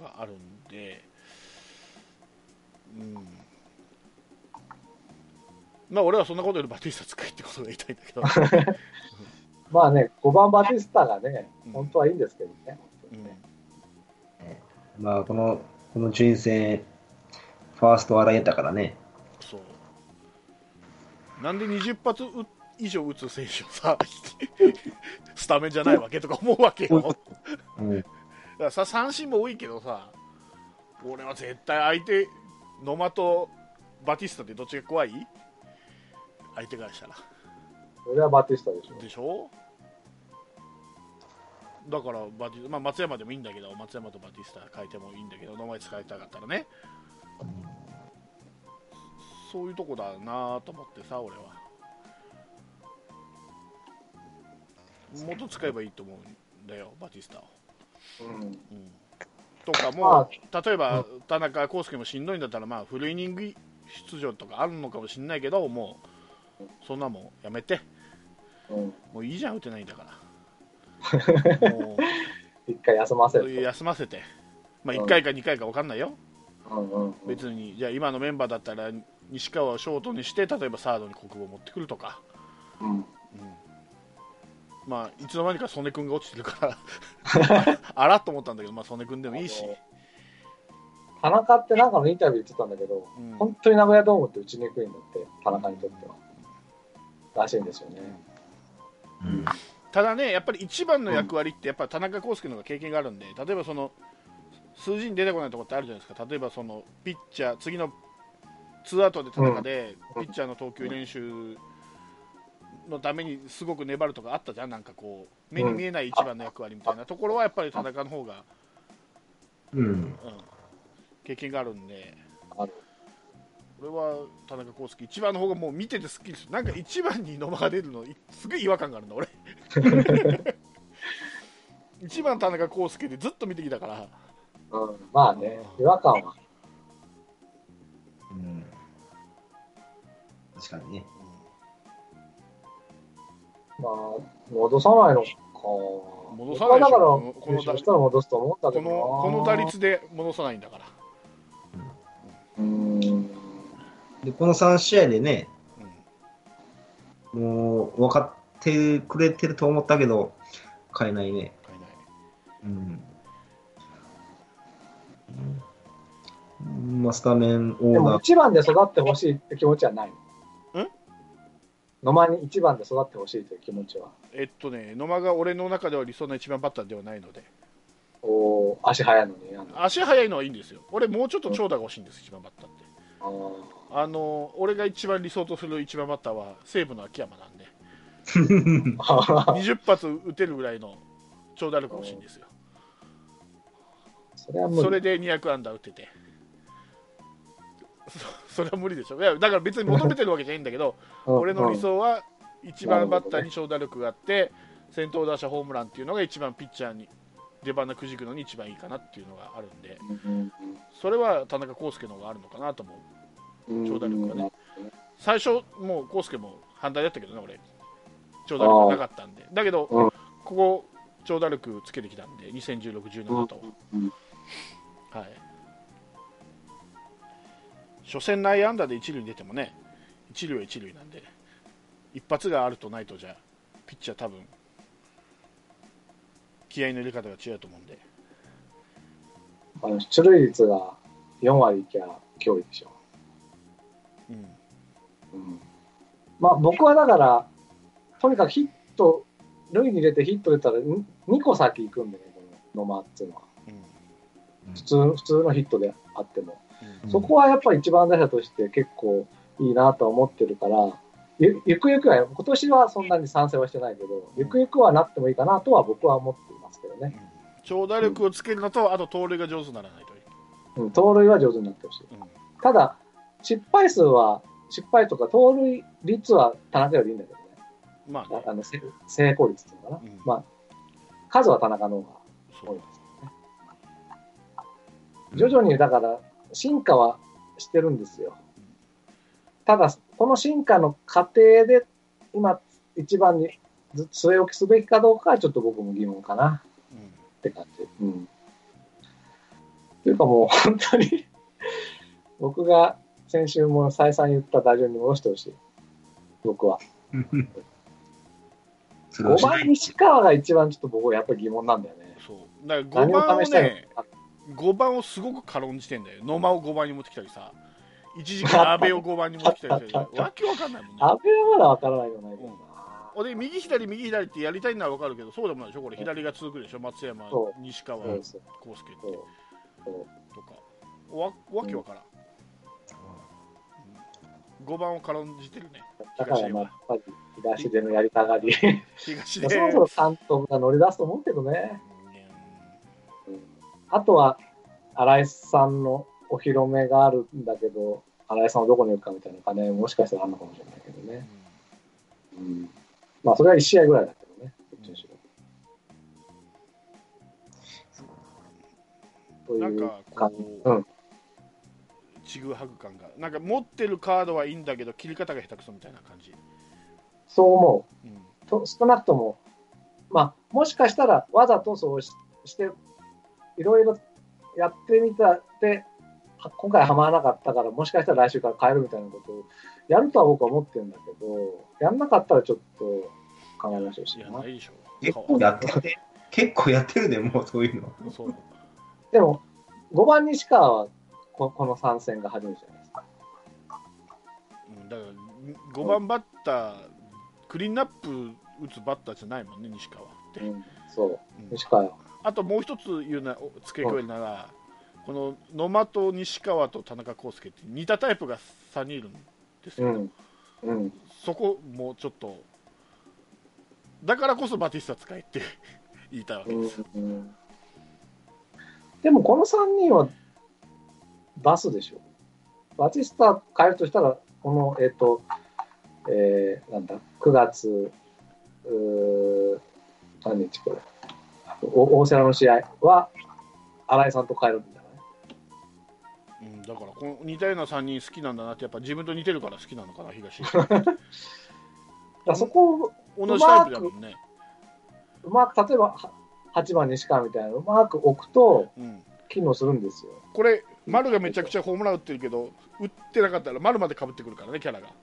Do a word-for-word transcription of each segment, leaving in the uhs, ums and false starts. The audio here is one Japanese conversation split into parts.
があるんで、うん、まあ俺はそんなことよりバティスタ使いってことが言いたいんだけどまあね、ごばんバティスタがね、うん、本当はいいんですけどね。うんねうん、まあこのこの順位戦ファースト洗えたからね。 そうなんでにじゅっ発以上打つ選手をさスタメンじゃないわけとか思うわけよ、うん、だからさ三振も多いけどさ、俺は絶対相手野間とバティスタってどっちが怖い？相手からしたらそれはバティスタでしょ。 でしょ？だからバティ、まあ、松山でもいいんだけど、松山とバティスタ変えてもいいんだけど、野間使いたかったらね、うん、そういうとこだなと思ってさ、俺はもっと使えばいいと思うんだよ、バティスタを、うんうん、とかもう例えば田中康介もしんどいんだったら、まあフルイニング出場とかあるのかもしれないけど、もうそんなもんやめて、うん、もういいじゃん打てないんだからもう一回休ませる休ませて、まあ、いっかいかにかいか分かんないよ、うんうんうん、別にじゃあ今のメンバーだったら西川をショートにして例えばサードに国母を持ってくるとか、うんうん、まあいつの間にか曽根君が落ちてるからあらっと思ったんだけど、まあ曽根君でもいいし、 田中ってなんかのインタビュー言ってたんだけど、うん、本当に名古屋ドームって打ちにくいんだって、田中にとっては、うん、らしいんですよね、 うん、ただねやっぱり一番の役割ってやっぱ田中康介の方が経験があるんで、例えばその数字に出てこないところってあるじゃないですか。例えばそのピッチャー次のツーアウトで田中でピッチャーの投球練習のためにすごく粘るとかあったじゃん。なんかこう目に見えない一番の役割みたいなところはやっぱり田中の方が、うんうん、経験があるんで、これは田中康介一番の方がもう見ててすっきりする。なんか一番に野間が出るのすごい違和感があるんだ俺一番田中康介でずっと見てきたから、 うん、まあね、違和感は、 うん、確かにね、 うん、まあ戻さないのか、 戻さないでしょ。 だから優勝したら戻すと思ったけどな、 この、この打率で戻さないんだから、 うん、 でこのさん試合でね、うん、もう分かってくれてると思ったけど変えないね、変えない、うんまあ、スタメンオーダー。 でもいちばんで育ってほしいって気持ちはないの？ ん？ 野間にいちばんで育ってほしいという気持ちは。 えっとね、野間が俺の中では理想のいちばんバッターではないので。 お足速いのに。 足速いのはいいんですよ。俺もうちょっと長打が欲しいんです、うん、いちばんバッターって。ああの俺が一番理想とするいちばんバッターは西武の秋山なんでにじゅっ発打てるぐらいの長打力が欲しいんですよ。 それは無理。 それでにひゃく安打打っててそ, それは無理でしょ。いやだから別に求めてるわけじゃないんだけど俺の理想はいちばんバッターに長打力があって先頭打者ホームランっていうのが一番ピッチャーに出花くじくのに一番いいかなっていうのがあるんで、それは田中康介の方があるのかなと思う。長打力がね、最初もう康介も反対だったけどね、俺長打力がなかったんで。だけどここ長打力つけてきたんでにせんじゅうろく、じゅうななと、はい、初戦内野安打で一塁に出てもね、一塁は一塁なんで一発があるとないとじゃピッチャー多分気合いの入れ方が違うと思うんで、 あの出塁率がよん割いきゃ脅威でしょ。うんうん、まあ僕はだからとにかくヒット塁に入れてヒット出たらにこ先行くんでね、この野間っていうのは、うん、普通普通のヒットであっても、うん、そこはやっぱり一番打者として結構いいなと思ってるから、ゆ, ゆくゆくは今年はそんなに賛成はしてないけど、ゆくゆくはなってもいいかなとは僕は思っていますけどね、 うん、長打力をつけるのと、うん、あと盗塁が上手にならないといい、 うん、盗塁は上手になってほしい、うん、ただ失敗数は失敗とか盗塁率は田中よりいいんだけどね、まあね、あの成功率っていうのかな、うん、まあ数は田中の方が多いですけどね、徐々にだから進化はしてるんですよ。ただこの進化の過程で今一番に据え置きすべきかどうかはちょっと僕も疑問かな、うん、って感じ、うん、 というかもう本当に僕が先週も再三言った打順に戻してほしい。僕は。ごばん西川が一番ちょっと僕はやっぱり疑問なんだよね。 そう。だからごばんをね、ごばんをすごく軽んじてんだよ。野間をごばんに持ってきたりさ、一時期阿部をごばんに持ってきたりして、わけわかんないもんね。 阿部はまだわからないよね。 うん、で右左右左ってやりたいのはわかるけど、そうでもないでしょ。これ左が続くでしょ。松山、西川、康介ってとかわわけわからん。ごばんを軽んじてるね。 だからやっぱり東出のやりたがり。 東出そろそろ監督が乗り出すと思うけどね。うん、あとは新井さんのお披露目があるんだけど、新井さんをどこに置くかみたいな金、ね、もしかしたらあるのかもしれないけどね。うんうん、まあそれはいち試合ぐらいだけどね。どっちにしろ。 という感じ。うんちぐはぐ感がなんか持ってるカードはいいんだけど切り方が下手くそみたいな感じ。 そう思う、うん、と少なくともまあもしかしたらわざとそう し, していろいろやってみたって今回はまらなかったからもしかしたら来週から変えるみたいなことをやるとは僕は思ってるんだけどやんなかったらちょっと考えましょうしいやないでしょ結構やってる結構やってるねもうそういうのそうでもごばん西川はこ, この参戦が初めてじゃないですか。 うん、だからごばんバッター、うん、クリーンナップ打つバッターじゃないもんね西川って、うん、 そう、うん、西川あともう一つ言うな付け加えるなら、うん、この野間と西川と田中康介って似たタイプがさんにんいるんですけど、うんうん、そこもうちょっとだからこそバティスタ使えって言いたいわけです、うんうん、 でもこのさんにんは出すでしょ。バティスタ変えるとしたら、この、えっ、ー、と、えー、なんだ、くがつ、う何日これ、お大瀬良の試合は、新井さんと変えるんじゃない？うん、だからこの似たようなさんにん好きなんだなって、やっぱ自分と似てるから好きなのかな、東。 だそこを同じタイプだもんね。 うまく、例えばはちばん西川みたいなのうまく置くと、機能するんですよ。 うん、これ丸がめちゃくちゃホームラン打ってるけど打ってなかったら丸までかぶってくるからねキャラが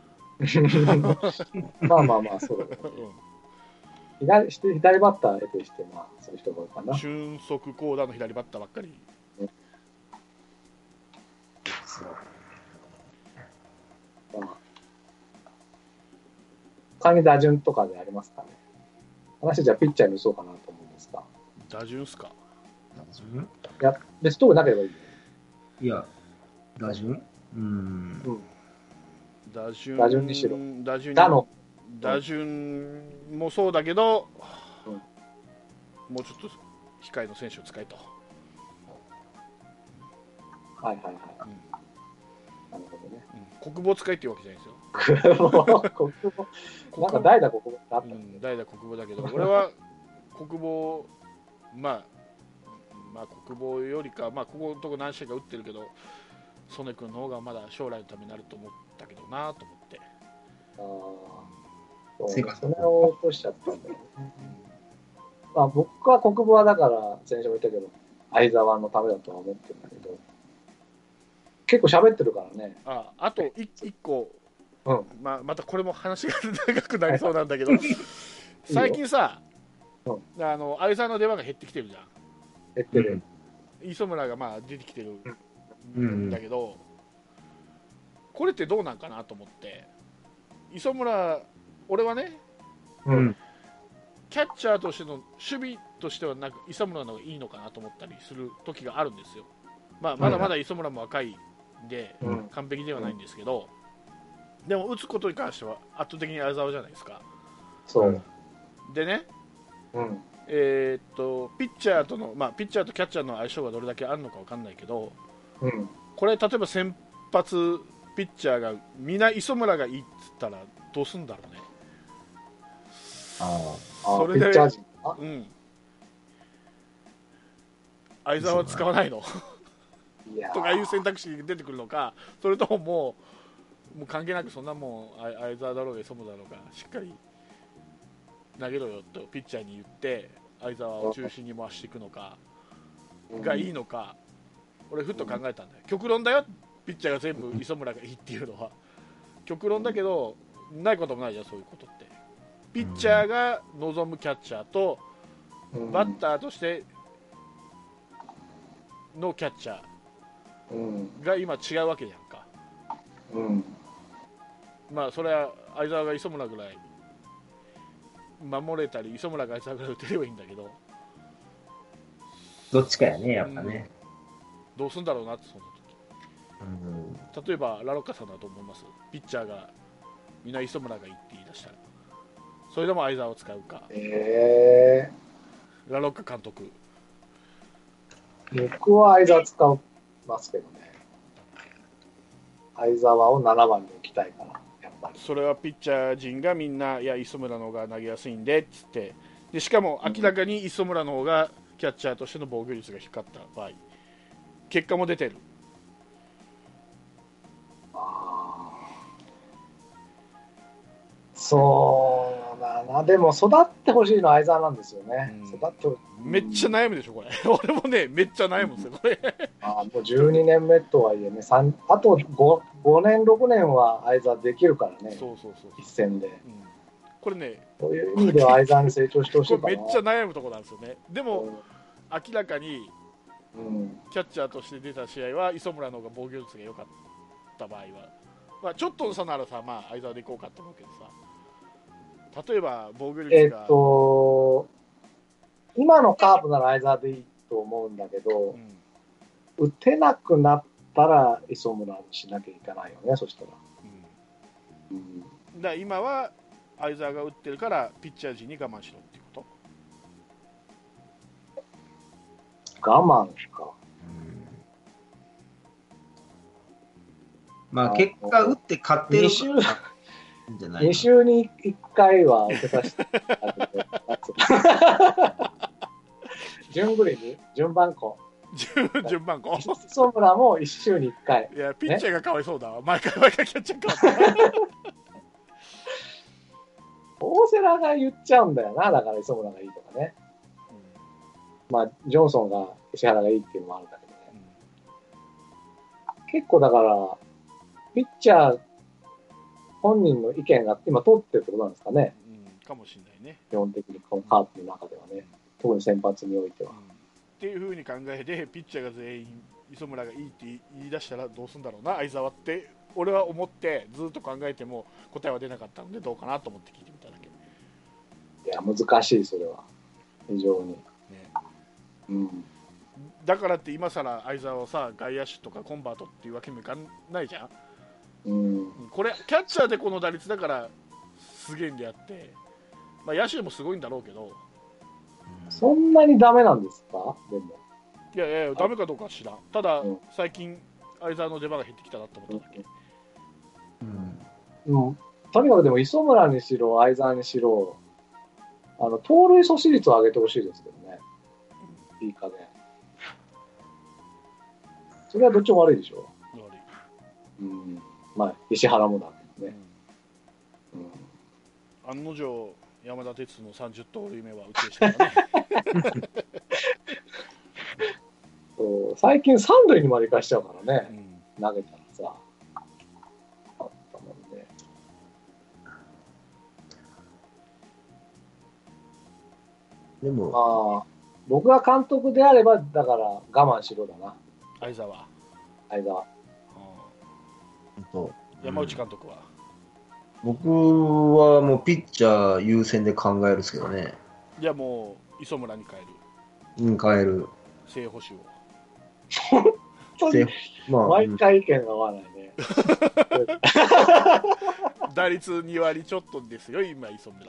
まあまあまあそうだ、ねうん、左, 左バッター得てしてまあそういう人が多いかな。 俊足高打の左バッターばっかり、うん、 まあ他に打順とかでありますかね。話じゃあピッチャーにそうかなと思うんですが。 打順っすか。 打順いや別になければいい。 いや、打順うん。うん。 打順打順にしろ。 打順打の打順もそうだけど、うん、もうちょっと控えの選手を使えと。 はいはいはい。うん、なるほどね。 うん、国防使えっていうわけじゃないですよ。 国防なんか代打国防ってあった、ね、うん、 代打国防だけど、俺は国防まあ。まあ、国防よりか、まあ、ここのとこ何試合か打ってるけど、曽根君の方がまだ将来のためになると思ったけどなと思って。 ああ、そうそれを落としちゃったんだよね。まあ、僕は国防はだから、先週も言ったけど、相沢のためだとは思ってるんだけど、結構喋ってるからね。 ああ、あといっこ、うんまあ、またこれも話が長くなりそうなんだけど、最近さ、いいうん、あの相沢の出番が減ってきてるじゃん。 減ってる、 うん、磯村がまあ出てきてるんだけど、うん、これってどうなんかなと思って。磯村俺はね、うん、キャッチャーとしての守備としてはなんか磯村の方がいいのかなと思ったりする時があるんですよ。まあ、まだまだ磯村も若いんで、うん、完璧ではないんですけど、でも打つことに関しては圧倒的に相沢じゃないですか。 そうでね、 うんえー、っとピッチャーとの、まあ、ピッチャーとキャッチャーの相性がどれだけあるのか分かんないけど、うん、これ例えば先発ピッチャーがみんな磯村がいいっつったらどうすんだろうね。 ああそれで、うん、相沢は使わないのとかいう選択肢が出てくるのか、それとももう、もう関係なくそんなもん相沢だろうが磯村だろうがしっかり投げろよとピッチャーに言って相沢を中心に回していくのかがいいのか、 俺ふっと考えたんだよ、極論だよ、ピッチャーが全部磯村がいいっていうのは極論だけど、ないこともないじゃん、そういうことって。ピッチャーが望むキャッチャーと、バッターとしてのキャッチャーが今違うわけじゃんか、うん、まあそれは相澤が磯村ぐらい守れたり、磯村が相澤ぐらい打てればいいんだけど、 どっちかやね、やっぱね、 うん、どうすんだろうなって、その時、うん、例えばラロッカさんだと思います？ピッチャーがみんな磯村がいいって言い出したら、それでも相澤を使うか、えー、ラロッカ監督。 僕は相澤使いますけどね。相澤をななばんに置きたいから、やっぱり。 それはピッチャー陣がみんな、いや、磯村の方が投げやすいんでっつって、でしかも明らかに磯村の方がキャッチャーとしての防御率が低かった場合、結果も出てる。 そうだな、でも育ってほしいのは相澤なんですよね、うん、育ってめっちゃ悩むでしょ、これ。俺もね、めっちゃ悩むんですよ、これ。 あもうじゅうにねんめとはいえね、あと 5, 5年、ろくねんは相澤できるからね、そうそうそう一戦で、うん。 これね、 そういう意味では相澤に成長してほしいかな。 めっちゃ悩むところなんですよね。でも、うん、明らかに、うん、キャッチャーとして出た試合は、磯村の方が防御率が良かった場合は、まあ、ちょっとの差ならさ、まあ、相澤でいこうかと思うけどさ。例えば防御率が、えー、っと今のカープなら相澤でいいと思うんだけど、うん、打てなくなったら磯村にしなきゃいけないよね、そしたら、 うんうん、だから今は相澤が打ってるからピッチャー陣に我慢しろっていうこと？我慢か、 うん、まあ結果打って勝ってるに週にいっかいは受けさせて順繰りに順番こ順番こ磯村もいっ週にいっかい。 いやピッチャーがかわいそうだわ、毎回毎回キャッチャーかわい大瀬良が言っちゃうんだよな、だから磯村がいいとかね、うん、まあジョンソンが石原がいいっていうのもあるんだけどね、うん、結構だからピッチャー本人の意見が今通ってるってことなんですかね、 うん、かもしれないね、 基本的にこのカープの中ではね、うん、特に先発においては、うん、 っていうふうに考えてピッチャーが全員磯村がいいって言い出したらどうするんだろうな相澤って俺は思ってずっと考えても答えは出なかったのでどうかなと思って聞いてみただけ。 いや難しい、それは非常に、ね、 うん、だからって今更相澤をさ外野手とかコンバートっていうわけにもいかないじゃん。うん、これキャッチャーでこの打率だからすげえんであって、まあ、野手でもすごいんだろうけど、 そんなにダメなんですか？でもいやいやダメかどうかは知らん。ただ、うん、最近相澤の出番が減ってきたなと思っただけ、 うんうん、とにかくでも磯村にしろ相澤にしろあの盗塁阻止率を上げてほしいですけどね、うん、いい加減。それはどっちも悪いでしょ。悪い、うんまあ、石原もだけどね、 うんうん、案の定山田哲のさんじゅう盗塁目は打ちでしたからねそう最近三塁にまで行かしちゃうからね、うん、投げたらさあったもんね。でもまあ僕が監督であればだから我慢しろだな、 相澤相澤と山内監督は、 うん、僕はもうピッチャー優先で考えるんですけどね。 じゃあもう磯村に変える。うん変える。 正捕手を。 本当に、まあ、毎回意見が合わないね。 打率に割ちょっとですよ今磯村。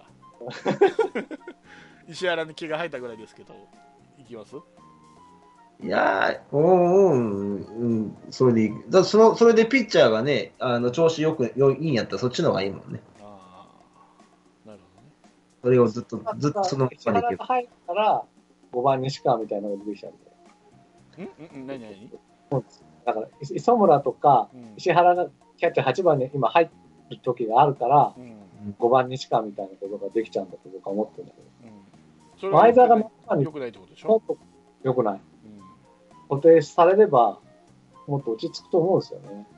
石原に毛が生えたぐらいですけどいきます？ いやー、うん、うん、それでいい。だそのそれでピッチャーがね、あの調子よくよいいんやったらそっちの方がいいもんね。ああ、なるほどね。それをずっとずっとその石原が入ったらごばん西川みたいなのが出てきちゃうんで。うんうん、何何？ だから磯村とか石原がキャッチャーはちばんに今入る時があるから、うん、ごばん西川みたいなことができちゃうんだと僕は思ってるんだけど。うん、前澤が良くないってことでしょ？ 良くない。固定されればもっと落ち着くと思うんですよね。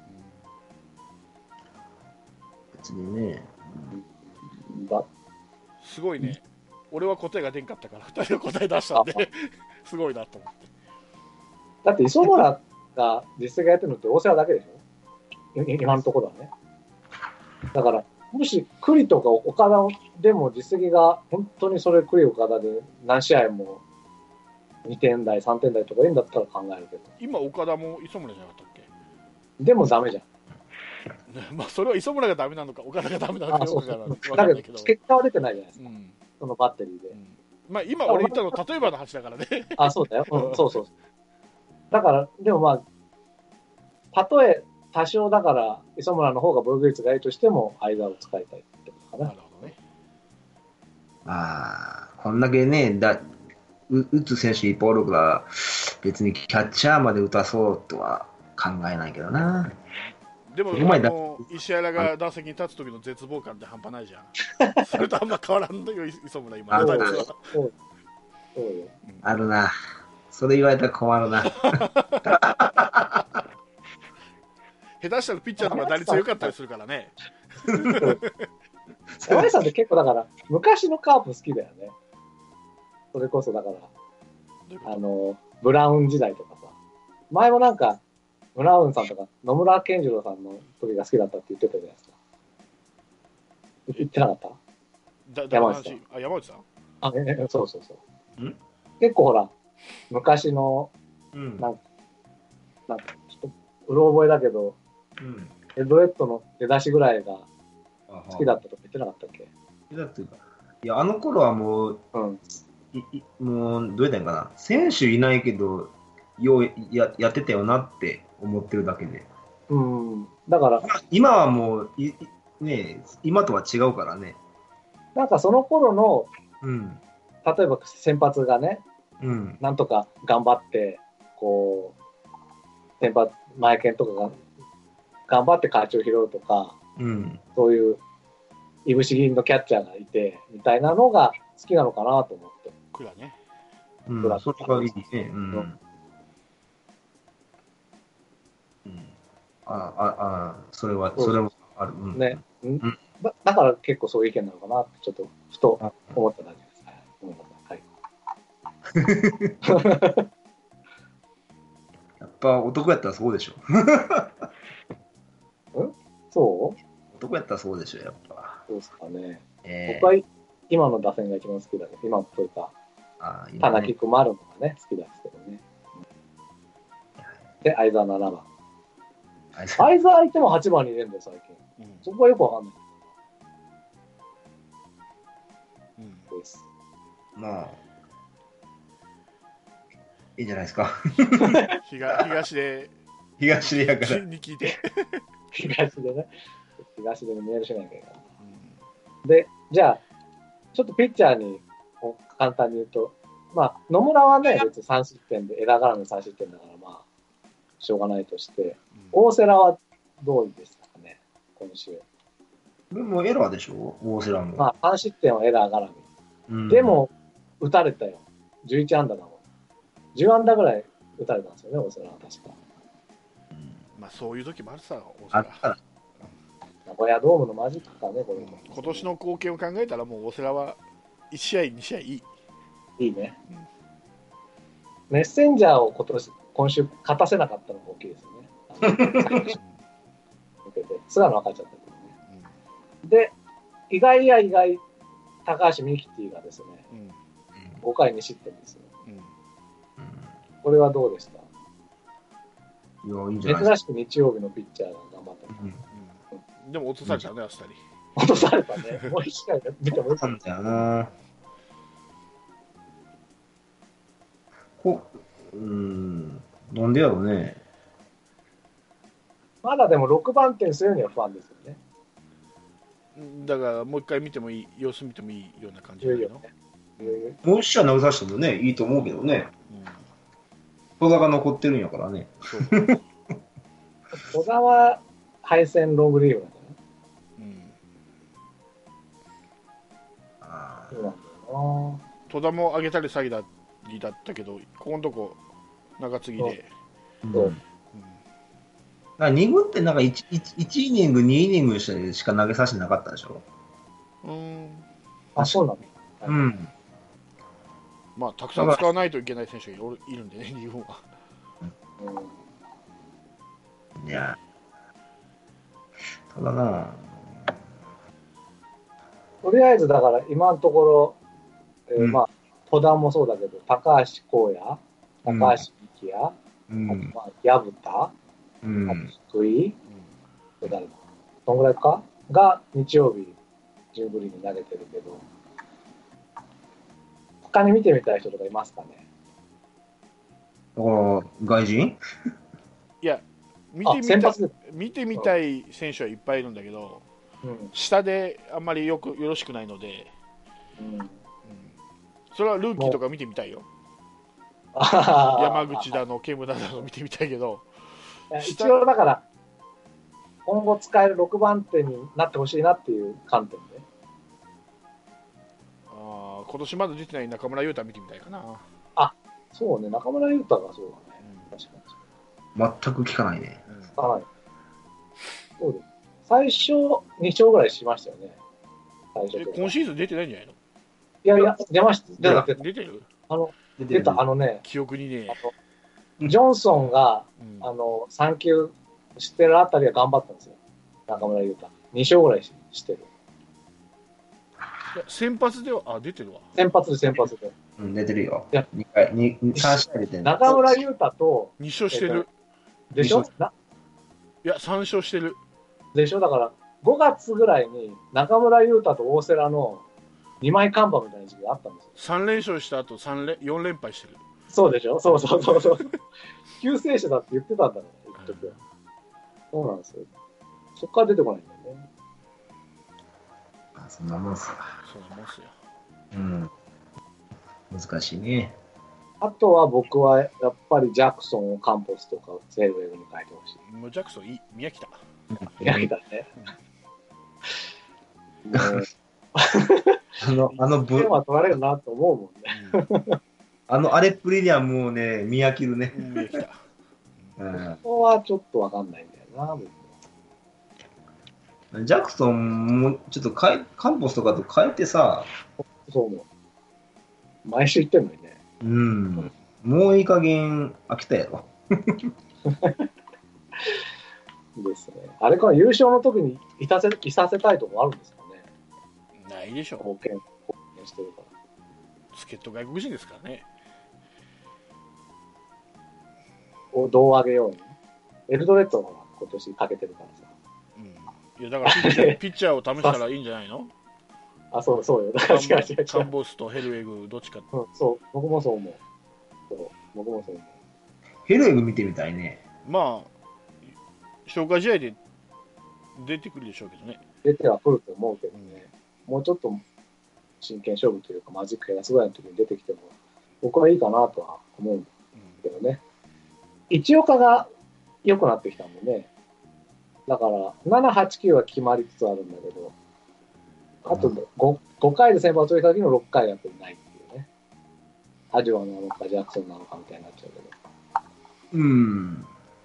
別にね。 だすごいね。俺は答えが出んかったからふたりが答え出したんですごいなと思って。 だって磯村が実績やってるのって大瀬良だけでしょ、今のところはね。だからもし栗とか岡田でも実績が本当にそれ栗岡田で何試合もにてん台さんてん台とかいいんだったら考えるけど、 今岡田も磯村じゃなかったっけ。 でもダメじゃん。 まあそれは磯村がダメなのか岡田がダメなのかよくわからないけど、 だけど結果は出てないじゃないですか、 うん、 そのバッテリーで、 うん、まあ今俺言ったの例えばの話だからね。 あ、そうだよ、うん、そうそう。だからでもまあ例え多少だから磯村の方が防御率がいいとしても間を使いたいってことかな。 なるほどね。 ああ、こんだけね、だう打つ選手いっぱいおるから、別にキャッチャーまで打たそうとは考えないけどな。 でも、あの石原が打席に立つ時の絶望感って半端ないじゃん。それとあんま変わらんのよ、磯村今。 あるな。 そうそうそうよ、 あるな。それ言われたら困るな。 下手したらピッチャーの方が打率良かったりするからね。 山井さんって結構だから昔のカープ好きだよね。それこそだからあのブラウン時代とかさ、前もなんかブラウンさんとか野村健次郎さんの時が好きだったって言ってたじゃないですか。言ってなかっただ山内さん。 あ、山内さんあ、えそうそうそう。ん結構ほら昔の、うん、なんかなんかちょっとうろ覚えだけど、うん、ヘッドヘッドの出だしぐらいが好きだったとか言ってなかったっけ。 だっていうか、いやあの頃はもう、うん、いいもうどうやったんかな、選手いないけどよう や, やってたよなって思ってるだけで、 うん、だから今はもういね、今とは違うからね。 なんかその頃の、うん、例えば先発がね、うん、なんとか頑張ってこう先発前剣とかが頑張って勝ちを拾うとか、うん、そういういぶし銀のキャッチャーがいてみたいなのが好きなのかなと思って。 クラね。 うん、それがいいね。うん。うんうん、あああそれはそれもある。うん、 ね、うん、だ。だから結構そういう意見なのかなってちょっとふと思っただけです。 はい。やっぱ男やったらそうでしょ。 うんそう男やったらそうでしょ、やっぱ。 そうですかね。えー、僕は今の打線が一番好きだけど、今というか、田中君丸のがね、好きなんですけどね。で、相沢ななばん。相沢相手もはちばんに入れるんだよ、最近。うん、そこはよくわかんない。うん、です。 まあ、いいんじゃないですか。 東で。 東でやから。 に聞いて。 東でね。東でメールしなきゃいけない。うん、で、じゃあ、ちょっとピッチャーに簡単に言うと、まあ、野村はね、別にさん失点で、エラー絡みのさん失点だから、まあ、しょうがないとして、うん、大瀬良はどうでしたかね、今週。 でもエラーでしょ、大瀬良も。 まあ、さん失点はエラー絡み。うん、でも、打たれたよ。じゅういち安打だもん。じゅう安打ぐらい打たれたんですよね、大瀬良は確か。 うん、まあ、そういう時もあるさ、大瀬良。 名古屋ドームのマジックかね、これ、うん。 今年の貢献を考えたら、もう大瀬良はいち試合、に試合いい。 いいね。うん、メッセンジャーを今年、今週勝たせなかったのが大きいですよね。菅野分かっちゃったけどね。うん、で、意外や意外、高橋美希ティがですね、うん、ごかいに失点ですよ。うん、これはどうでした？ いや、いいんじゃないですか。 珍しく日曜日のピッチャーが頑張った。うんうん、でも落とされたね、明日に。 落とされたね。もう一回見てもいいかんだよな。こうーん、なんでやろうね。 まだでもろくばん手にするには不安ですよね。 だからもう一回見てもいい、様子見てもいいような感じじゃないの？ もう一試合投げさせてもね、いいと思うけどね。戸、うん、田が残ってるんやからね。 戸田は敗戦ロングリーグなんだよね。うん。 ああ。そうなんだよな。戸田も上げたり下げたりだったけど、ここのとこ中継ぎで。 うん。うん、 に軍ってなんか 1, 1イニング、にイニングしか投げさせてなかったでしょ。 うん。 あ、そうなの。 うん。 まあ、たくさん使わないといけない選手がいるんでね、日本は。 うん、いや、ただな、 とりあえずだから今のところ、えーうん、まあ戸田もそうだけど、高橋光也、高橋力也、うん、あとまあ薮田、うん、あと福井、うん、誰だ、どんぐらいかが日曜日じゅうぶりに投げてるけど、他に見てみたい人とかいますかね。 ああ、外人？ いや、見てみたい見てみたい選手はいっぱいいるんだけど、うん、下であんまりよくよろしくないので、うんうん、それはルーキーとか見てみたいよ。山口だの、煙田だの見てみたいけど、 一応だから今後使えるろくばん手になってほしいなっていう観点で、 あ今年まだ出てない中村優太見てみたいかな。 あ、そうね、中村優太がそうだね、うん、確かに全く聞かないね。 聞かない。そうです。最初に勝ぐらいしましたよね。 最初え今シーズン出てないんじゃないの？ いやいや、出ました。 出た出てる？ あの出た、あのね、 記憶にね、 ジョンソンが、うん、あのさん球してるあたりは頑張ったんですよ。中村優太。に勝ぐらいししてる。 先発では、あ、出てるわ。 先発で先発で。 うん、出てるよ。いや、にかい、に、さん試合出てる。 中村優太と、 に勝してる。 えー、でしょな？ いや、さん勝してる。 でしょだから、ごがつぐらいに中村優太と大瀬良のにまい看板みたいな時期があったんですよ。 さん連勝した後さん連、よん連敗してる。 そうでしょそうそうそうそう。救世主だって言ってたんだろう、一時は。そうなんですよ。そっから出てこないんだよね。 あ、そんなもんっすか。 そんなもんっすよ。 うん。難しいね。 あとは僕はやっぱりジャクソンをカンポスとかセルウェブに変えてほしい。 もうジャクソンいい、宮北。 宮北ね。 あの、あのブ。は取られるなと思うもんね。 あのあれっぷりにはもうね、見飽きるね。 宮北。 ここはちょっとわかんないんだよな、僕も。ジャクソンもちょっと変え、カンポスとかと変えてさ。 そう思う。毎週言ってんのにね。 うん。もういい加減飽きたやろ。 ですね。あれから優勝の時にいたせいさせたいとこあるんですかね。 ないでしょ。 貢献、貢献してるから。 助っ人外国人ですからね。 をどう上げように。エルドレッドが今年かけてるからさ。 うん。いやだからピッチャー、ピッチャーを試したらいいんじゃないの？ あ、そうそうよ。だから違う違う違う。 カンボスとヘルウェグどっちか。 うん、そう。僕もそう思う。そう。僕もそう思う。 ヘルウェグ見てみたいね。 まあ。消化試合で出てくるでしょうけどね。 出てはくると思うけどね、うん、もうちょっと真剣勝負というかマジック減らすぐらいの時に出てきても僕はいいかなとは思うんけどね、うん、一岡が良くなってきたんでね、だからなな、はち、きゅうは決まりつつあるんだけど、あと 5, 5回で先発を取りた時のろっかいやってないっていうね、アジュアなのかジャクソンなのかみたいになっちゃうけど、 うん、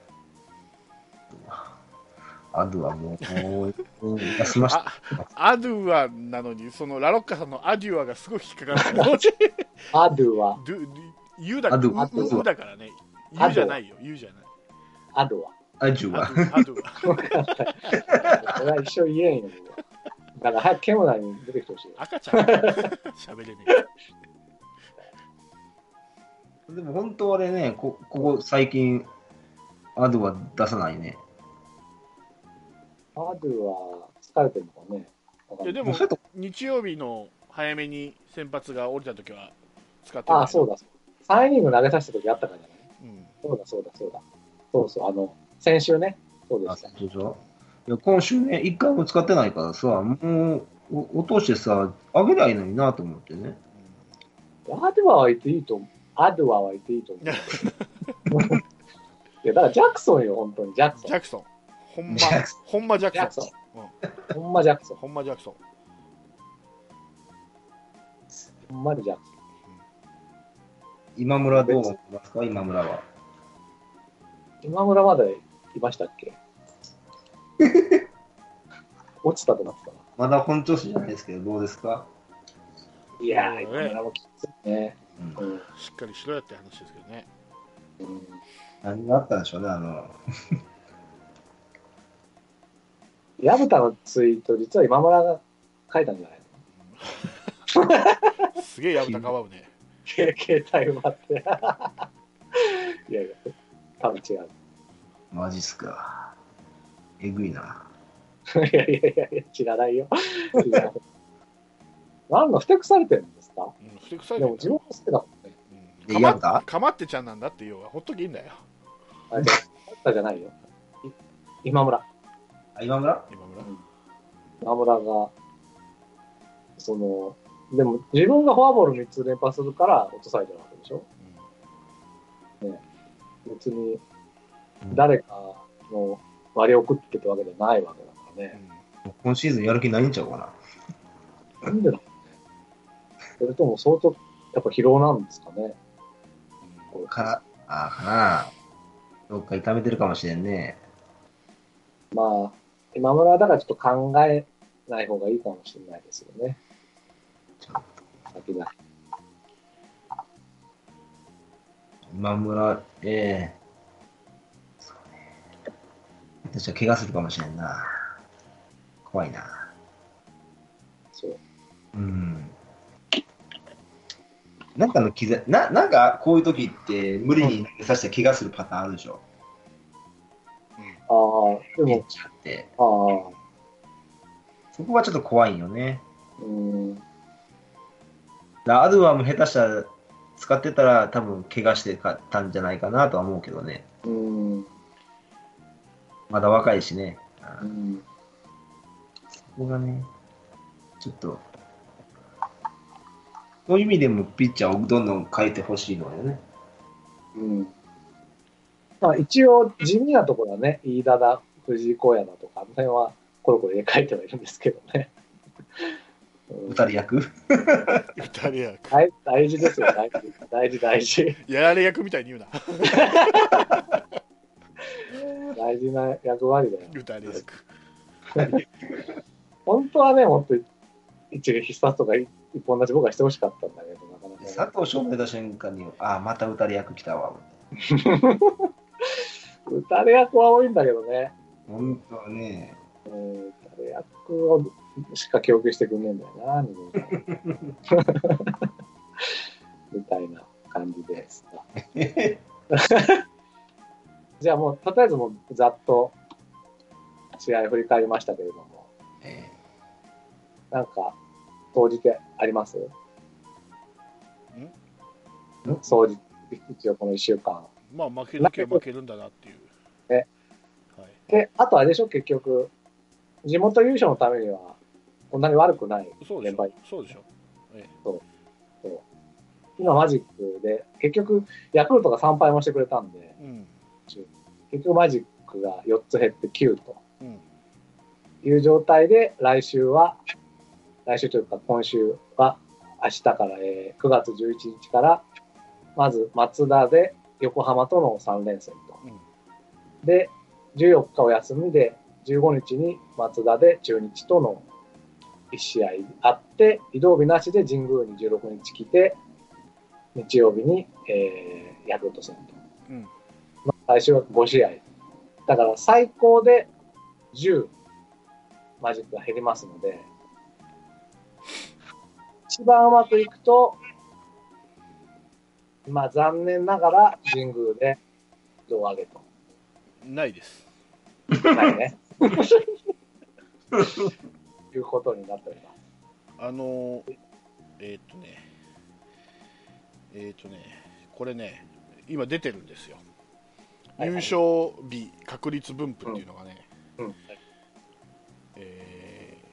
アドゥはもう、もう、休ました。 アドゥアなのに、そのラロッカさんのアデュアがすごい引っかかる。 アドゥア。 ユだだからね。ユじゃないよ、ユじゃない。 アドゥア。 アドゥア。 アドゥア。 俺は一生言えんよ、だから早くケムナに出てきてほしい。 赤ちゃん喋れねえ。でも本当あれね、こここ最近、アドゥア出さないね。 アドゥは疲れてるのかね。 いやでも日曜日の早めに先発が降りたときは使ってる。 ああ、そうだ。さんイニング投げさせたときあったからじゃない、うん、そうだそうだそうだ。そうそう、あの、先週ね。そうですね。 そうそういや今週ね、一回も使ってないからさ、もう落としてさ、上げりゃいいのになと思ってね。 うん、アドゥアはいていいと思う。アドゥアはいていいと思う。いや、だからジャクソンよ、本当に。ジャクソン。 ジャクソン。ほんま、ほんまジャクソン。 うん、ほんまジャクソン。 ほんまジャクソン。 ほんまにジャクソン。 今村どう思いますか、今村は。 今村までいましたっけ？ 落ちたとなってたな。 まだ本調子じゃないですけど、どうですか？ いやー、今村もきついね。 うんうん、しっかりしろよって話ですけどね。 うん、何があったんでしょうね、あの。 薮田のツイート、実は今村が書いたんじゃないのすげえ薮田かばうね。 携帯奪って。いやいや、多分違う。 マジっすか。えぐいな。 いやいやいやいや、知らないよ。何のふてくされてるんですか？ うん、ふてくされてる。でも自分も好きだもんね。 うん、かまかまってちゃんなんだって要はほっときいいんだよ。 あ、じゃあ、じゃないよ。今村。 あ、今村？ 今村。うん、 今村が、その、でも自分がフォアボールみっつ連発するから落とされてるわけでしょ。うん、ね、別に誰かの割り送ってってわけじゃないわけだからね。 うん、今シーズンやる気ないんちゃうかな。 なんでだろうね。それとも相当やっぱ疲労なんですかね。 か、ああ、かな。どっか痛めてるかもしれんね。 まあ、今村はだからちょっと考えない方がいいかもしれないですよね。先だ。 今村、ええー。そうね。私は怪我するかもしれんな。怖いな。 そう。 うん。なんかの傷、な、なんかこういう時って無理に投げさせて怪我するパターンあるでしょ。 うん、ああ、でも、 ってああ。 そこがちょっと怖いよね。 うん。 アドゥアも下手したら使ってたら多分怪我してたんじゃないかなとは思うけどね。 うん。 まだ若いしね。 うん。 そこがね、ちょっと、そういう意味でもピッチャーをどんどん変えてほしいのよね。 うん。まあ一応地味なところはね、飯田だ、藤井荒野だとか、あの辺はコロコロ入れ替えてはいるんですけどね。 打たれ役打たれ役大, 大事ですよ、大事、大事、大事。 やられ役みたいに言うな。 大事な役割だよ。 打たれ役。 本当はね、本当に一撃必殺とか一本立ち僕はしてほしかったんだけど、なかなか、ね。 佐藤翔出た瞬間に、ああ、また打たれ役来たわ。 打たれ役は多いんだけどね。 本当はね。 うん、打たれ役をしか供給してくんねえんだよな、みたいな感じです。じゃあもう、とりあえずもうざっと試合振り返りましたけれども、えー、なんか、総じてあります？んん総じ一応このいっしゅうかん。 まあ負ける時は負けるんだなっていう。 ね、はい、で、あとあれでしょ、結局、地元優勝のためには、こんなに悪くない連敗。 そうでしょ。ええ、 そうそう今、マジックで、結局、ヤクルトがさんぱいもしてくれたんで、うん、結局、マジックがよっつ減ってきゅうという状態で、来週は、来週というか、今週は、明日から、えー、くがつじゅういちにちから、まず、マツダで横浜とのさんれんせんと。うん、で、じゅうよっかお休みで、じゅうごにちにマツダで中日とのいち試合あって、移動日なしで神宮にじゅうろくにち来て、日曜日に、えー、ヤクルト戦と。うん、来週はごしあい。だから最高でじゅうマジックが減りますので、一番うまくいくと、まあ残念ながら神宮で胴上げと。 ないです。 ないね。いうことになっております。 あのー、えー、っとね、えー、っとね、これね、今出てるんですよ。はいはい、優勝日確率分布っていうのがね、うんうん、え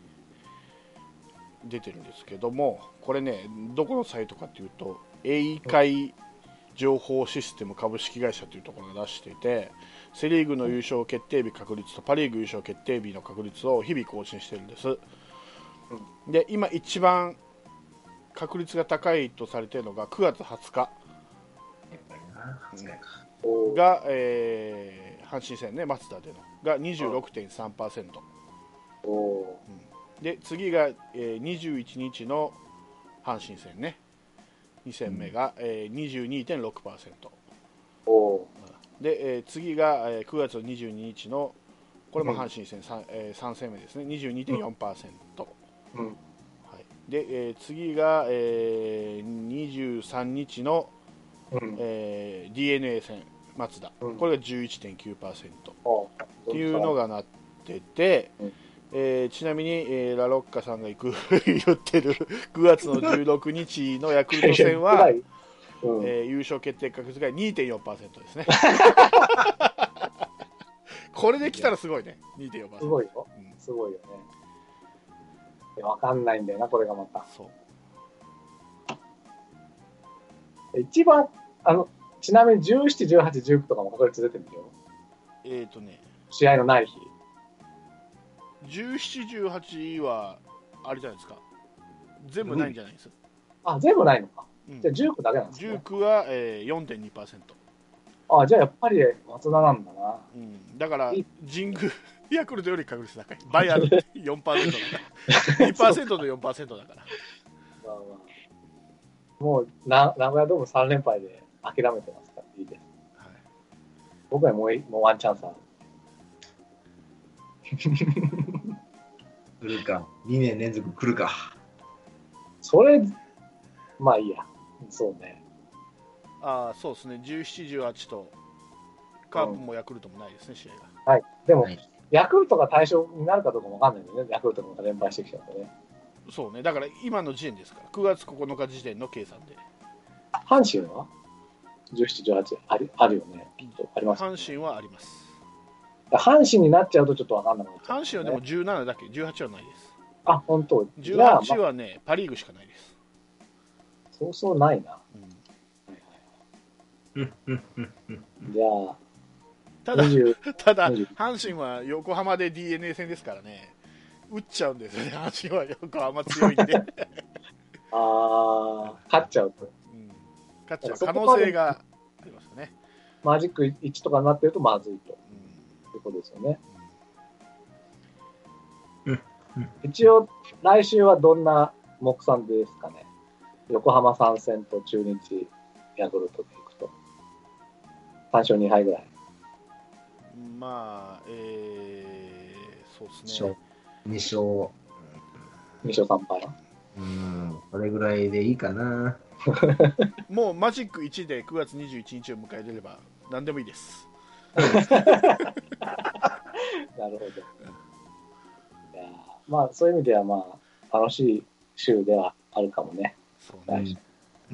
ー、出てるんですけども、これね、どこのサイトかっていうと、英会情報システム株式会社というところが出していて、セ・リーグの優勝決定日確率とパ・リーグ優勝決定日の確率を日々更新してるんです。で、今一番確率が高いとされているのがくがつはつかが、えー、 阪神戦ね、マツダでのが にじゅうろくてんさんパーセント、 おーうん、で次が、えー、にじゅういちにちの阪神戦ね、に戦目が、えー、にじゅうにてんろくパーセント、 おーで、えー、次が、えー、くがつにじゅうににちのこれも阪神戦 3,、えー、さん戦目ですね、にじゅうにてんよんパーセント、 うんはい、で、えー、次が、えー、にじゅうさんにちの、 うんえー、ディーエヌエー 戦マツダ、 うんこれが じゅういってんきゅうパーセントおっていうのがなってて、 うんえーちなみに、えーラロッカさんが行く言ってるくがつのじゅうろくにちのヤクルト戦は、 うんえー優勝決定確率が にてんよんパーセント ですねこれで来たらすごいね、 にてんよんパーセントすごいよ、 うん、 すごいよね。いやわかんないんだよな、これがまた。 そう一番、あの、ちなみにじゅうなな、じゅうはち、じゅうきゅうとかも確率出てるんだよ。 えっ、ー、とね試合のない日。 じゅうなな、じゅうはちはあれじゃないですか、全部ないんじゃないです、 あ、全部ないのか。 うん、 じゃあじゅうきゅうだけなんですね。 じゅうきゅうは、えー、よんてんにパーセント、 あ、じゃあやっぱり松田なんだな。 うん、だから神宮ヤクルトより確率高い、バイアル よんパーセント だからにパーセントと よんパーセント だからまあまあ、もうな名古屋ドームさん連敗で諦めてますからいいです、はい、僕はもうもうワンチャンスある来るか、にねん連続来るか。 それまあいいや、そうね。 ああ、そうですね、じゅうなな、じゅうはちとカープもヤクルトもないですね、試合が。はい、でも、 はい、 ヤクルトが対象になるかどうかもわかんないんだよね、ヤクルトがまた連敗してきちゃってね。 そうね、だから今の時点ですから、くがつここのか時点の計算で。 阪神はじゅうなな、じゅうはち ありあるよね、きっとあります、ね、 阪神はあります。 阪神になっちゃうとちょっとわかんなくなっちゃう、ね、 阪神はでもじゅうななだけ、じゅうはちはないです。 あ、本当。 じゅうはちはね、パ・リーグしかないです。 そうそうないな。うん、じゃあ、 ただ、ただ、阪神は横浜で ディーエヌエー 戦ですからね、打っちゃうんですよね、阪神は横浜強いんで。 ああ、勝っちゃうと。 うん、勝っちゃう可能性がありますよね。 マジックいちとかになってるとまずいと。うん、いうことですよね。うん、一応、来週はどんな目算ですかね。横浜参戦と中日、ヤクルトでいくと。さんしょうにはいぐらい。 まあ、えー、そうですね。 に勝。 に勝さん敗。 うん、これぐらいでいいかな。 もうマジックいちでくがつにじゅういちにちを迎えれれば何でもいいです。 なるほど。いやまあそういう意味ではまあ楽しい週ではあるかもね。 そうね。 うん、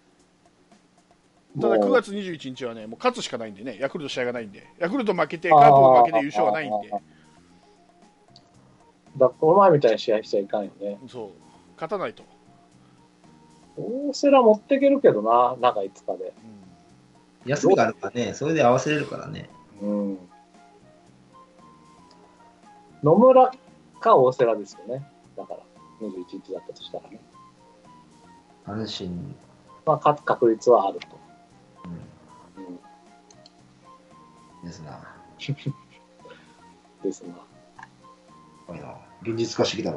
ただくがつにじゅういちにちはね、もう勝つしかないんでね、ヤクルト試合がないんで、ヤクルト負けてカープが負けて優勝はないんで。 だこの前みたいに試合しちゃいかんよね。 そう、勝たないと。 大瀬良持っていけるけどな、中いつかで。 うん、休みがあるからね、それで合わせれるからね。 うん。野村か大瀬良ですよね。だから、にじゅういちにちだったとしたらね。 阪神。 まあ、勝つ確率はあると。 うん。うん、ですな。 ですな。 いな現実化してきたな。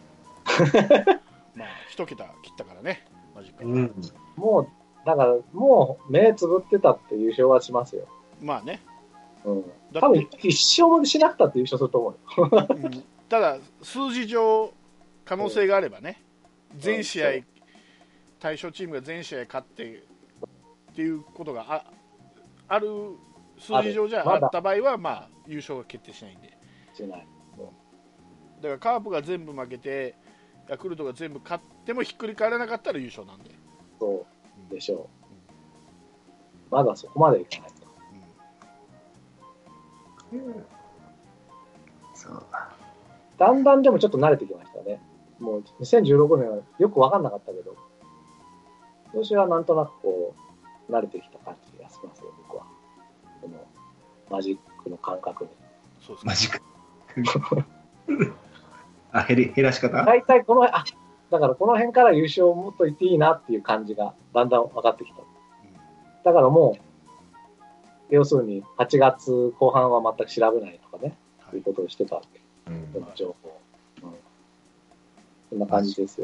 まあ、一桁切ったからね、マジック、 うん。 もう、だから、もう目つぶってたって優勝はしますよ。 まあね。 うん。多分一勝しなくたって優勝すると思うよ。 うん、ただ、数字上、可能性があればね、全試合、対象チームが全試合勝ってっていうことが あ, ある数字上じゃあった場合は、まあ、優勝が決定しないんで。 しない。 だからカープが全部負けて、ヤクルトが全部勝ってもひっくり返らなかったら優勝なんで。 そうでしょう。うん、まだそこまでいかないと。うん、そうだんだんでもちょっと慣れてきましたね。もうにせんじゅうろくねんはよく分かんなかったけど、今年はなんとなくこう慣れてきた感じがしますよ、僕は。このマジックの感覚に。 そうですね、 マジックあ、減り減らし方？ 大体このあだからこの辺から優勝をもっと言っていいなっていう感じがだんだん分かってきた。だからもう要するにはちがつこう半は全く調べないとかね、 はい、 そういうことをしてたわけ。 うん、 その情報。うん。そんな感じですよ。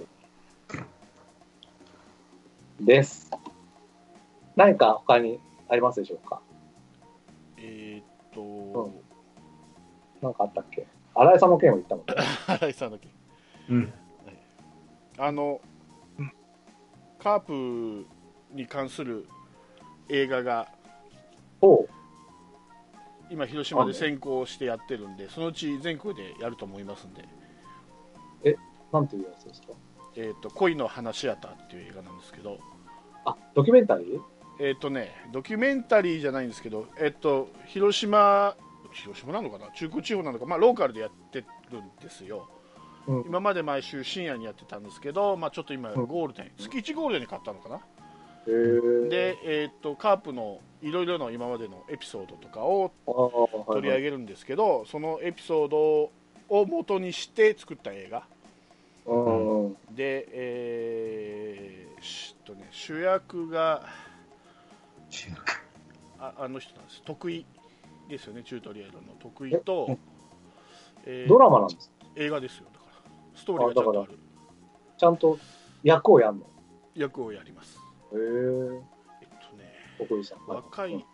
です。何か他にありますでしょうか？ えー、っと、 うん、なんかあったっけ？新井さんの件を言ったのかな新井さんの件。 うん。 はい、あの、うん、カープに関する映画が、今広島で先行してやってるんで、そのうち全国でやると思いますんで。 え、なんていうやつですか？ えー、っと恋の花シアターっていう映画なんですけど。 あ、ドキュメンタリー？ えー、っとね、ドキュメンタリーじゃないんですけど、えー、っと広島広島なのかな、中国地方なのか、まあ、ローカルでやってるんですよ、うん、今まで毎週深夜にやってたんですけど、まあ、ちょっと今ゴールデン、うん、月いちゴールデンに買ったのかな。 へー。 で、えー、っとカープのいろいろの今までのエピソードとかを取り上げるんですけど、はいはい、そのエピソードを元にして作った映画、うん、で、えーっとね、主役があ, あの人なんです。徳井ですよね、チュートリアルの徳井と、 えー、ドラマなんですか？ 映画ですよ。だからストーリーがちゃんとある。 ちゃんと役をやるの？ 役をやります。 へー。 えっとね、 徳井さん、 若い女優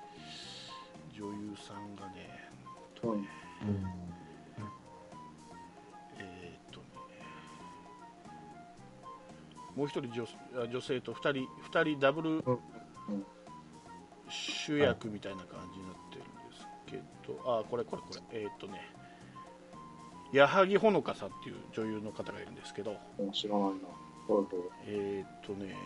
さんがね、うんうん、えー、っとね、もう一人 女, 女性と二人二人ダブル、うんうん、主役みたいな感じになってるんですけど、あ、これこれこれ、えー、っとね、矢作ほのかさんっていう女優の方がいるんですけど、 知らないな。 えー、っとね、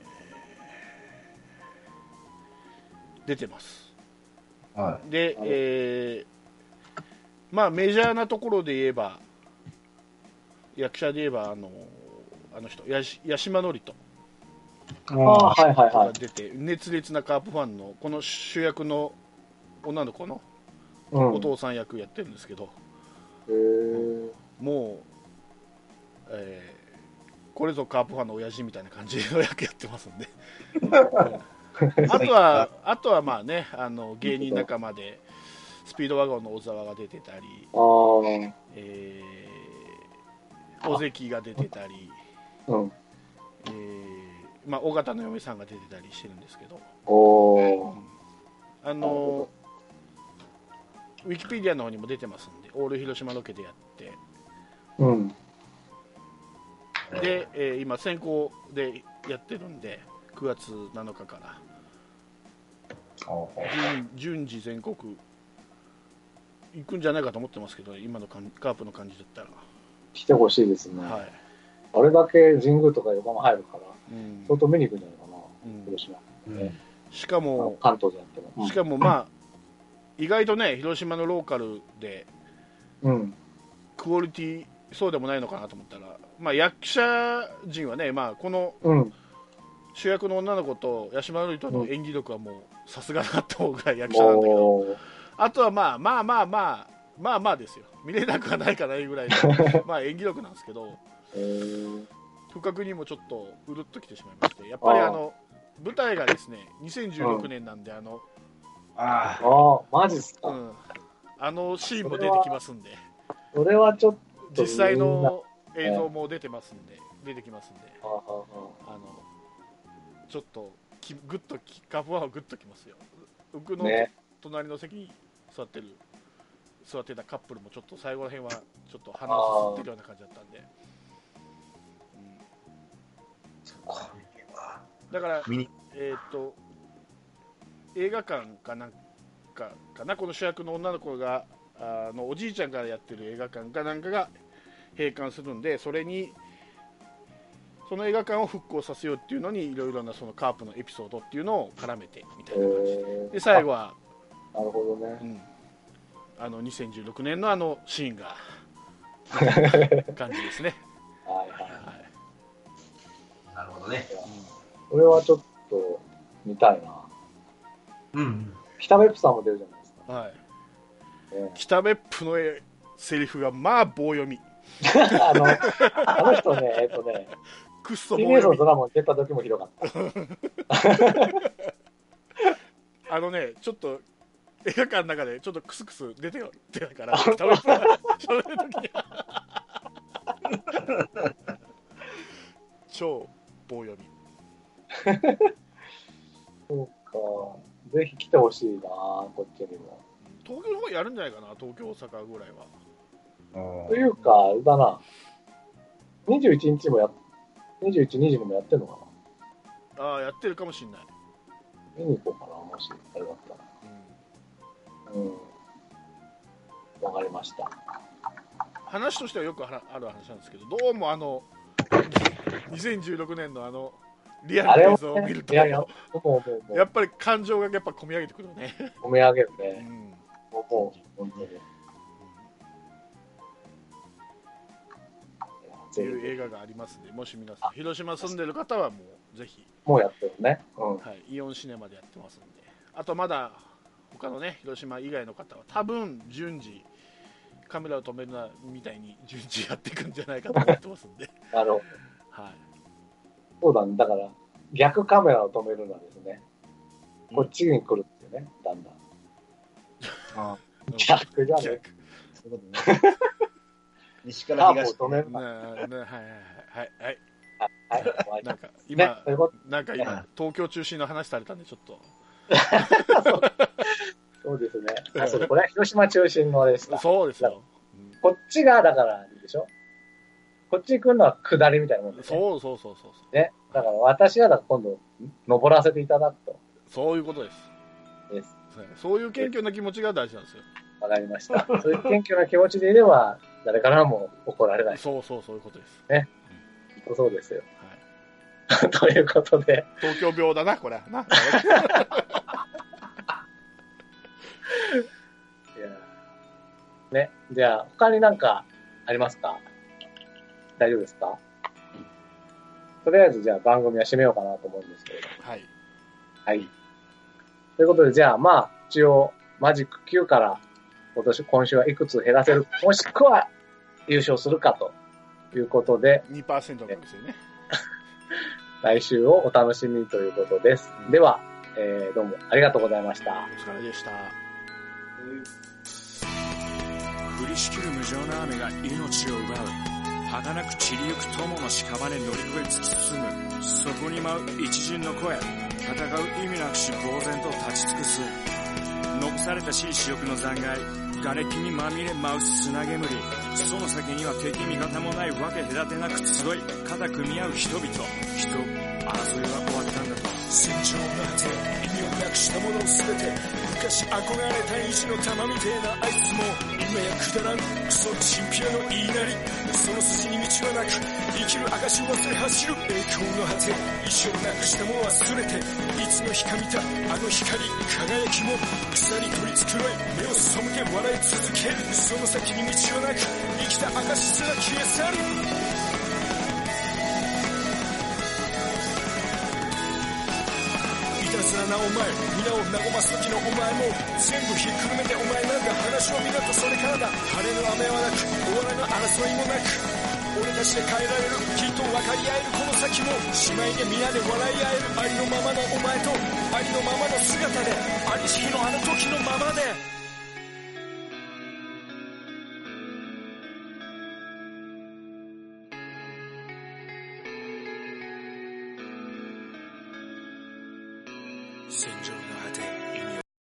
出てます。はい、で、えー、まあメジャーなところで言えば、役者で言えばあのあの人、八嶋智人。 あ、はいはいはい。 が出て、熱烈なカープファンのこの主役の女の子のお父さん役やってるんですけど、 うん、 もう、えー、これぞカープファンの親父みたいな感じの役やってますんであとはあとはまあね、あの芸人仲間でスピードワゴンの小沢が出てたり、えー、尾関が出てたり、うん、えーまあ、尾形の嫁さんが出てたりしてるんですけど、お、うん、あのウィキペディアの方にも出てますんで、オール広島ロケでやって、うん、で、えー、今先行でやってるんでくがつなのかから順次全国行くんじゃないかと思ってますけど、今のカープの感じだったら来てほしいですね、はい、あれだけ神宮とか横浜入るから、うん、相当見に行くんじゃないかな、うん、広島、 うん、しかも関東でやっても、 うん、しかもまあ意外とね、広島のローカルで、うん、クオリティそうでもないのかなと思ったら、まあ、役者陣はね、まあ、この主役の女の子と八嶋智人の演技力はもうさすがだと思うぐらい役者なんだけど、あとはまあまあまあまあまあまあですよ、見れなくはないかないぐらいのまあ演技力なんですけど、不覚にもちょっとうるっときてしまいまして、やっぱりあの舞台がですねにせんじゅうろくねんなんで、あのああマジっすか、うん、 あのシーンも出てきますんで、 それはちょっと実際の映像も出てますんで、出てきますんで、あのちょっときグッとカープワンはグッときますよ。僕の隣の席に座ってる座ってたカップルもちょっと最後ら辺はちょっと鼻をすすってるような感じだったんで、うん、だからえっと映画館かなんかかな、この主役の女の子があのおじいちゃんからやってる映画館かなんかが閉館するんで、それにその映画館を復興させようっていうのにいろいろなそのカープのエピソードっていうのを絡めてみたいな感じで、で最後はなるほどね、 うん、あのにせんじゅうろくねんのあのシーンが感じですねはいはい、はい、なるほどね、 これはちょっと見たいな。うん、北別府さんも出るじゃないですか。はい。 えー、北別府のセリフがまあ棒読み。 あのあの人ね、えっとね、 クッソ棒読み。ティービーエスのドラマに出た時もひどかった。 あのねちょっと映画館の中でちょっとクスクス出てよってだから食べ喋るときに超棒読みそうか、ぜひ来てほしいな、こっちにも。 東京の方やるんじゃないかな、東京大阪ぐらいは。 というか、あれだな、にじゅういちにちもや、にじゅういち、にじにもやってんのかな。ああ、やってるかもしれない。 見に行こうかな、もしあれだったら。うん。うん。わかりました。 話としてはよくある話なんですけど、どうもあのにせんじゅうろくねんのあのリアルな映像を見ると、やっぱり感情がやっぱ込み上げてくるね。 込み上げるね。うん、もう本当に。 っていう映画がありますので、もし皆さん広島住んでる方はもうぜひ。 もうやってるね。うん、 はい、イオンシネマでやってますんで。あとまだ他のね広島以外の方は多分順次カメラを止めるなみたいに順次やっていくんじゃないかと思ってますんで。 なるほど。 はい。 そうだね。だから逆カメラを止めるなですね。こっちに来るってね、だんだん。あ逆じゃね。そういうことね。西から東止めるな。はいはいはいはいはい。なんか今、ね、なんか今東京中心の話されたんでちょっと。 そうですね。あ、そう、これは広島中心のあれですか。 そうですよ。 こっちがだからでしょ。こっち来るのは下りみたいなもんですね。そうそうそうそうそう。 ね、だから私はだから今度登らせていただくと。 そういうことです。 です。 そういう謙虚な気持ちが大事なんですよ。 わかりました。そういう謙虚な気持ちでいれば誰からも怒られない。 そうそうそういうことです。 ね。うん、そうですよ。はい。ということで。 東京病だなこれな。いやね、じゃあ他に何かありますか？大丈夫ですか？とりあえずじゃあ番組は締めようかなと思うんですけれど。 はい。 はい。ということでじゃあまあ一応マジックきゅうから今年今週はいくつ減らせるもしくは優勝するかということでにパーセント なんですよね。 来週をお楽しみということです。うん、では、えー、どうもありがとうございました。お疲れでした。 降りしきる無情な雨が命を奪う。儚く散りゆく友の屍乗り越え突き進む。そこに舞う一陣の声。戦う意味なくし呆然と立ち尽くす。残されたしい死力の残骸。瓦礫にまみれ舞う砂煙。その先には敵味方もないわけ隔てなく集い肩組み合う人々。人、争いは終わったんだと。戦場の果て、意味をなくしたものすべて。昔憧れた意地の玉みてえなあいつも今やくだらんクソチンピラの言いなり。その筋に道はなく生きる証を忘れ走る栄光の果て。意志をなくしたもの忘れていつの日か見たあの光輝きも草に取り繕い目を背け笑い続ける。その先に道はなく生きた証すら消え去る。いたずらなお前皆を和ます時のお前も全部ひっくるめてお前なんだ。話は皆とそれからだ。晴れの雨はなく終わらぬ争いもなく俺たちで変えられるきっと分かり合えるこの先も姉妹で皆で笑い合えるありのままのお前とありのままの姿でありし日のあの時のままで。戦場の果て